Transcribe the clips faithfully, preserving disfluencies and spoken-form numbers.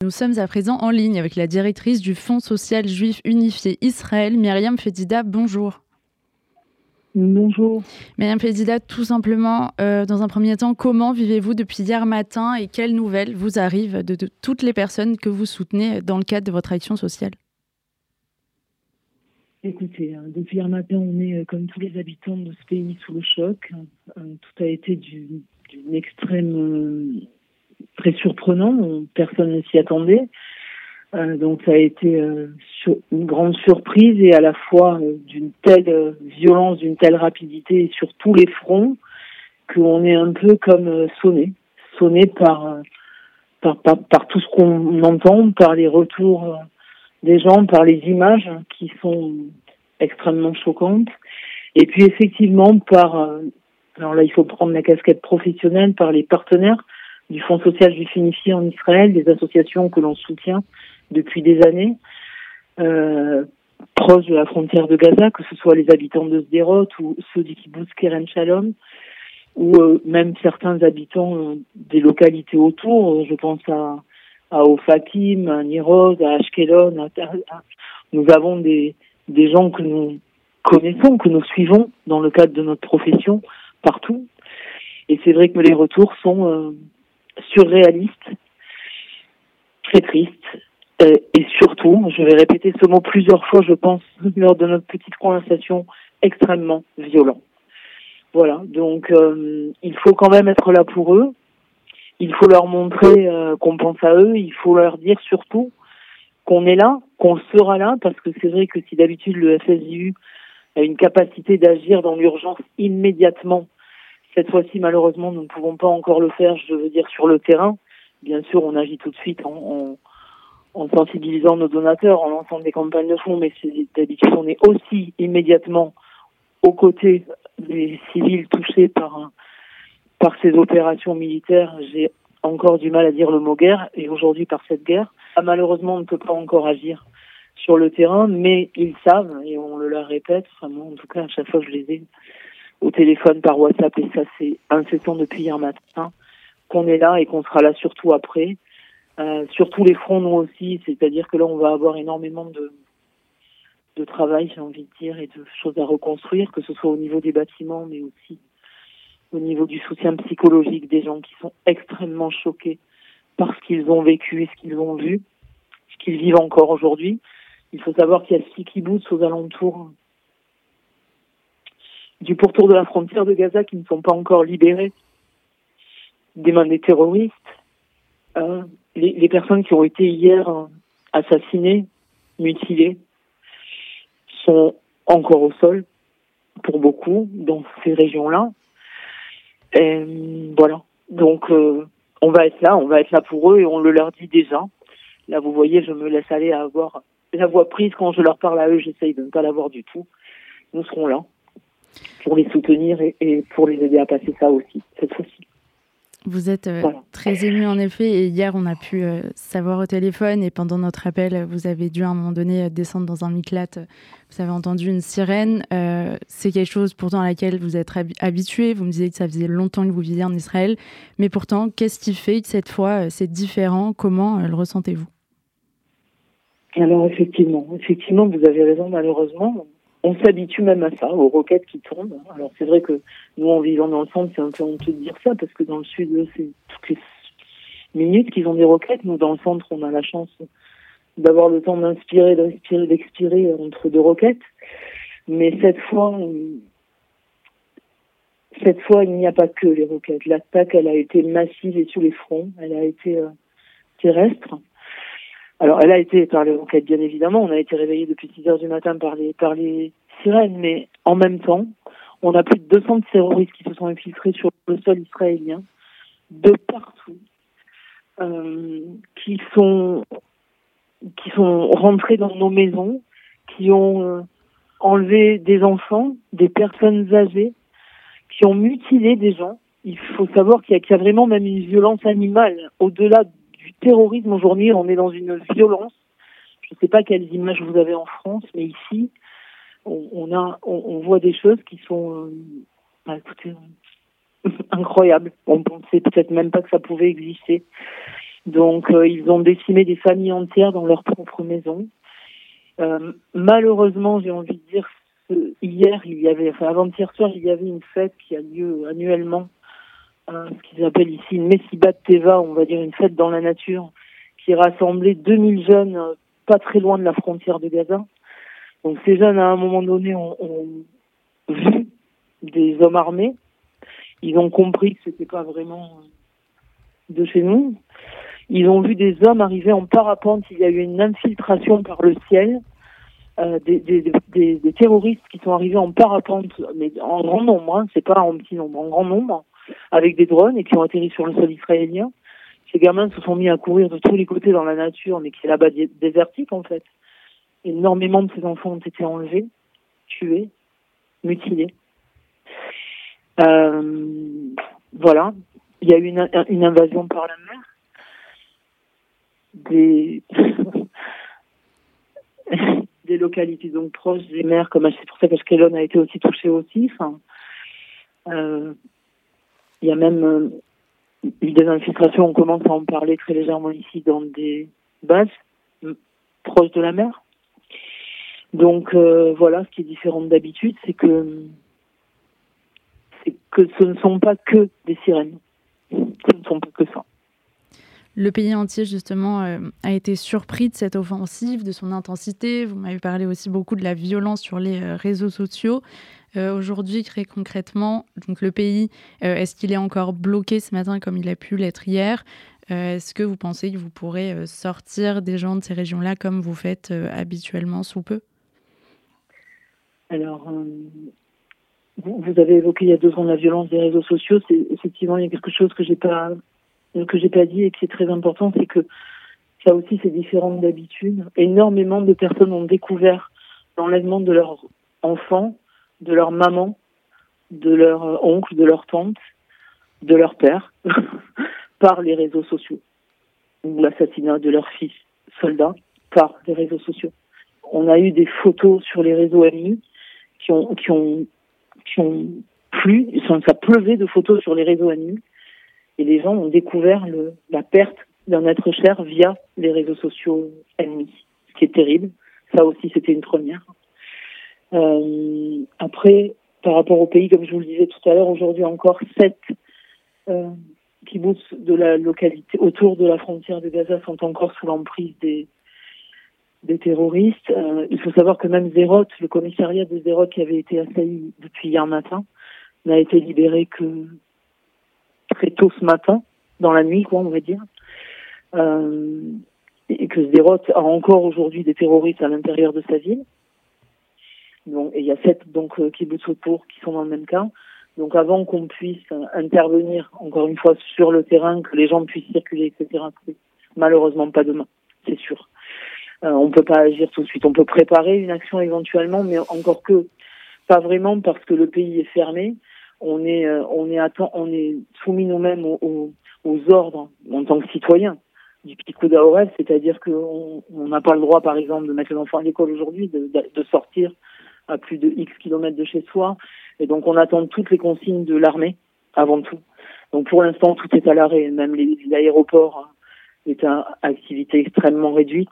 nous sommes à présent en ligne avec la directrice du Fonds social juif unifié Israël, Myriam Fedida. Bonjour. Bonjour. Myriam Fedida, tout simplement, euh, dans un premier temps, comment vivez-vous depuis hier matin et quelles nouvelles vous arrivent de, de toutes les personnes que vous soutenez dans le cadre de votre action sociale? Écoutez, hein, depuis hier matin, on est, euh, comme tous les habitants de ce pays, sous le choc. Euh, tout a été du, d'une extrême euh, très surprenant. Personne ne s'y attendait. Euh, donc ça a été euh, sur, une grande surprise et à la fois euh, d'une telle euh, violence, d'une telle rapidité et sur tous les fronts qu'on est un peu comme euh, sonné, sonné par, euh, par, par, par tout ce qu'on entend, par les retours euh, des gens, par les images qui sont extrêmement choquantes. Et puis effectivement par, euh, alors là il faut prendre la casquette professionnelle, par les partenaires du Fonds social juif unifié en Israël, des associations que l'on soutient depuis des années, euh, proches de la frontière de Gaza, que ce soit les habitants de Sderot ou ceux du kibbutz Kerem Shalom, ou euh, même certains habitants euh, des localités autour. Je pense à à Ofakim, à Niroz, à Ashkelon. À, à, nous avons des, des gens que nous connaissons, que nous suivons dans le cadre de notre profession, partout. Et c'est vrai que les retours sont euh, surréalistes, très tristes, euh, et surtout, je vais répéter ce mot plusieurs fois, je pense, lors de notre petite conversation, extrêmement violents. Voilà, donc euh, il faut quand même être là pour eux. Il faut leur montrer euh, qu'on pense à eux. Il faut leur dire surtout qu'on est là, qu'on sera là, parce que c'est vrai que si d'habitude le F S J U a une capacité d'agir dans l'urgence immédiatement, cette fois-ci malheureusement nous ne pouvons pas encore le faire, je veux dire sur le terrain. Bien sûr on agit tout de suite en, en, en sensibilisant nos donateurs, en lançant des campagnes de fonds, mais c'est, d'habitude on est aussi immédiatement aux côtés des civils touchés par un par ces opérations militaires. J'ai encore du mal à dire le mot guerre, et aujourd'hui par cette guerre. Ah, malheureusement, on ne peut pas encore agir sur le terrain, mais ils savent, et on le leur répète, enfin moi en tout cas à chaque fois que je les ai au téléphone, par WhatsApp, et ça c'est incessant depuis hier matin, qu'on est là et qu'on sera là surtout après, euh, sur tous les fronts nous aussi, c'est-à-dire que là on va avoir énormément de, de travail, j'ai envie de dire, et de choses à reconstruire, que ce soit au niveau des bâtiments, mais aussi au niveau du soutien psychologique des gens qui sont extrêmement choqués par ce qu'ils ont vécu et ce qu'ils ont vu, ce qu'ils vivent encore aujourd'hui. Il faut savoir qu'il y a six kibboutz aux alentours du pourtour de la frontière de Gaza qui ne sont pas encore libérés des mains des terroristes. Euh, les, les personnes qui ont été hier euh, assassinées, mutilées, sont encore au sol, pour beaucoup, dans ces régions-là. Et voilà, donc euh, on va être là, on va être là pour eux et on le leur dit déjà. Là vous voyez, je me laisse aller à avoir la voix prise quand je leur parle à eux, j'essaye de ne pas l'avoir du tout. Nous serons là pour les soutenir et, et pour les aider à passer ça aussi, cette fois-ci. Vous êtes euh, voilà. très émue en effet, et hier on a pu euh, savoir au téléphone, et pendant notre appel vous avez dû à un moment donné descendre dans un miklat, vous avez entendu une sirène. Euh, c'est quelque chose pourtant à laquelle vous êtes hab- habitué, vous me disiez que ça faisait longtemps que vous viviez en Israël, mais pourtant qu'est-ce qui fait que cette fois c'est différent? Comment euh, le ressentez-vous? Alors effectivement, effectivement vous avez raison, malheureusement. On s'habitue même à ça, aux roquettes qui tombent. Alors c'est vrai que nous, en vivant dans le centre, c'est un peu honteux de dire ça, parce que dans le sud, c'est toutes les minutes qu'ils ont des roquettes. Nous, dans le centre, on a la chance d'avoir le temps d'inspirer, d'inspirer, d'expirer entre deux roquettes. Mais cette fois, cette fois, il n'y a pas que les roquettes. L'attaque, elle a été massive et sur les fronts. Elle a été euh, terrestre. Alors, elle a été par les roquettes, bien évidemment. On a été réveillés depuis six heures du matin par les, par les sirènes. Mais en même temps, on a plus de deux cents terroristes qui se sont infiltrés sur le sol israélien, de partout, euh, qui sont, qui sont rentrés dans nos maisons, qui ont euh, enlevé des enfants, des personnes âgées, qui ont mutilé des gens. Il faut savoir qu'il y a, qu'il y a vraiment même une violence animale au-delà du terrorisme. Aujourd'hui, on est dans une violence. Je ne sais pas quelles images vous avez en France, mais ici, on, on a, on, on voit des choses qui sont, euh, bah, écoutez, incroyables. On pensait peut-être même pas que ça pouvait exister. Donc, euh, ils ont décimé des familles entières dans leur propre maison. Euh, malheureusement, j'ai envie de dire, que hier, il y avait, enfin avant-hier soir, il y avait une fête qui a lieu annuellement, hein, ce qu'ils appellent ici une Messibat Teva, on va dire une fête dans la nature, qui rassemblait deux mille jeunes euh, pas très loin de la frontière de Gaza. Donc ces jeunes, à un moment donné, ont, ont vu des hommes armés. Ils ont compris que c'était pas vraiment de chez nous. Ils ont vu des hommes arriver en parapente. Il y a eu une infiltration par le ciel. Euh, des, des, des, des terroristes qui sont arrivés en parapente, mais en grand nombre, hein, c'est pas en petit nombre, en grand nombre, avec des drones et qui ont atterri sur le sol israélien. Ces gamins se sont mis à courir de tous les côtés dans la nature, mais qui est là-bas dé- désertique en fait. Énormément de ces enfants ont été enlevés, tués, mutilés. Euh, voilà. Il y a eu une, une invasion par la mer. Des... des localités donc proches des mers, comme c'est pour ça qu'Ashkelon a été aussi touché aussi. Enfin, euh, il y a même euh, eu des infiltrations, on commence à en parler très légèrement ici, dans des bases euh, proches de la mer. Donc euh, voilà, ce qui est différent d'habitude, c'est que c'est que ce ne sont pas que des sirènes. Ce ne sont pas que ça. Le pays entier, justement, euh, a été surpris de cette offensive, de son intensité. Vous m'avez parlé aussi beaucoup de la violence sur les euh, réseaux sociaux. Euh, aujourd'hui, très concrètement, donc le pays, euh, est-ce qu'il est encore bloqué ce matin comme il a pu l'être hier ? euh, Est-ce que vous pensez que vous pourrez euh, sortir des gens de ces régions-là comme vous faites euh, habituellement sous peu ? Alors, euh, vous, vous avez évoqué il y a deux ans la violence des réseaux sociaux. C'est, effectivement, il y a quelque chose que j'ai pas que j'ai pas dit et qui est très important, c'est que ça aussi c'est différent d'habitude. Énormément de personnes ont découvert l'enlèvement de leurs enfants, de leur maman, de leur oncle, de leur tante, de leur père, par les réseaux sociaux, ou l'assassinat de leur fils soldat par les réseaux sociaux. On a eu des photos sur les réseaux amis qui ont qui ont qui ont plu, ça pleuvait de photos sur les réseaux amis. Et les gens ont découvert le, la perte d'un être cher via les réseaux sociaux ennemis, ce qui est terrible. Ça aussi, c'était une première. Euh, après, par rapport au pays, comme je vous le disais tout à l'heure, aujourd'hui encore, sept euh, kibbutz de la localité autour de la frontière de Gaza sont encore sous l'emprise des, des terroristes. Euh, il faut savoir que même Zerot, le commissariat de Zerot qui avait été assailli depuis hier matin, n'a été libéré que très tôt ce matin, dans la nuit, quoi, on va dire, euh, et que Sderot a encore aujourd'hui des terroristes à l'intérieur de sa ville. Donc, et il y a sept donc euh, kibbutz autour qui sont dans le même cas. Donc, avant qu'on puisse euh, intervenir encore une fois sur le terrain, que les gens puissent circuler, et cetera. C'est malheureusement pas demain, c'est sûr. Euh, on peut pas agir tout de suite. On peut préparer une action éventuellement, mais encore que pas vraiment parce que le pays est fermé. On est, euh, on est, atten- on est soumis nous-mêmes aux, aux, aux ordres en tant que citoyens du Picud Aoref, c'est-à-dire qu'on n'a pas le droit, par exemple, de mettre les enfants à l'école aujourd'hui, de, de, de sortir à plus de X kilomètres de chez soi. Et donc, on attend toutes les consignes de l'armée, avant tout. Donc, pour l'instant, tout est à l'arrêt. Même les, l'aéroport est à activité extrêmement réduite.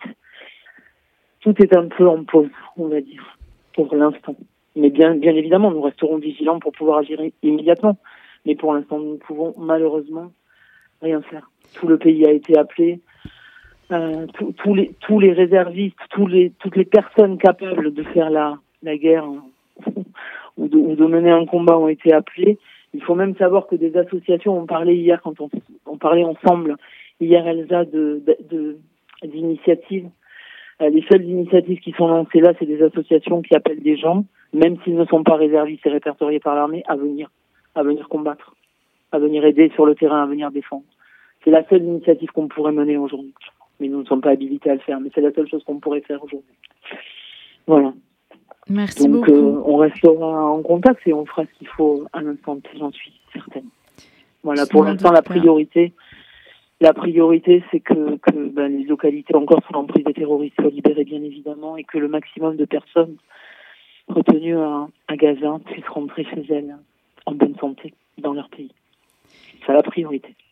Tout est un peu en pause, on va dire, pour l'instant. Mais bien, bien évidemment, nous resterons vigilants pour pouvoir agir immédiatement. Mais pour l'instant, nous ne pouvons malheureusement rien faire. Tout le pays a été appelé. Euh, tous, tous les, tous les réservistes, tous les, toutes les personnes capables de faire la, la guerre ou, de, ou de mener un combat ont été appelés. Il faut même savoir que des associations ont parlé hier, quand on, on parlait ensemble, hier, Elsa, de, de, de, d'initiatives. Euh, les seules initiatives qui sont lancées là, c'est des associations qui appellent des gens, même s'ils ne sont pas réservistes et répertoriés par l'armée, à venir, à venir combattre, à venir aider sur le terrain, à venir défendre. C'est la seule initiative qu'on pourrait mener aujourd'hui. Mais nous ne sommes pas habilités à le faire, mais c'est la seule chose qu'on pourrait faire aujourd'hui. Voilà. Merci Donc, beaucoup. euh, on restera en contact et on fera ce qu'il faut à l'instant T, j'en suis certaine. Voilà, pour l'instant, la priorité, la priorité, c'est que, que ben, les localités encore sous l'emprise des terroristes soient libérées, bien évidemment, et que le maximum de personnes retenues à, à Gaza puissent rentrer chez elles en bonne santé dans leur pays. C'est la priorité.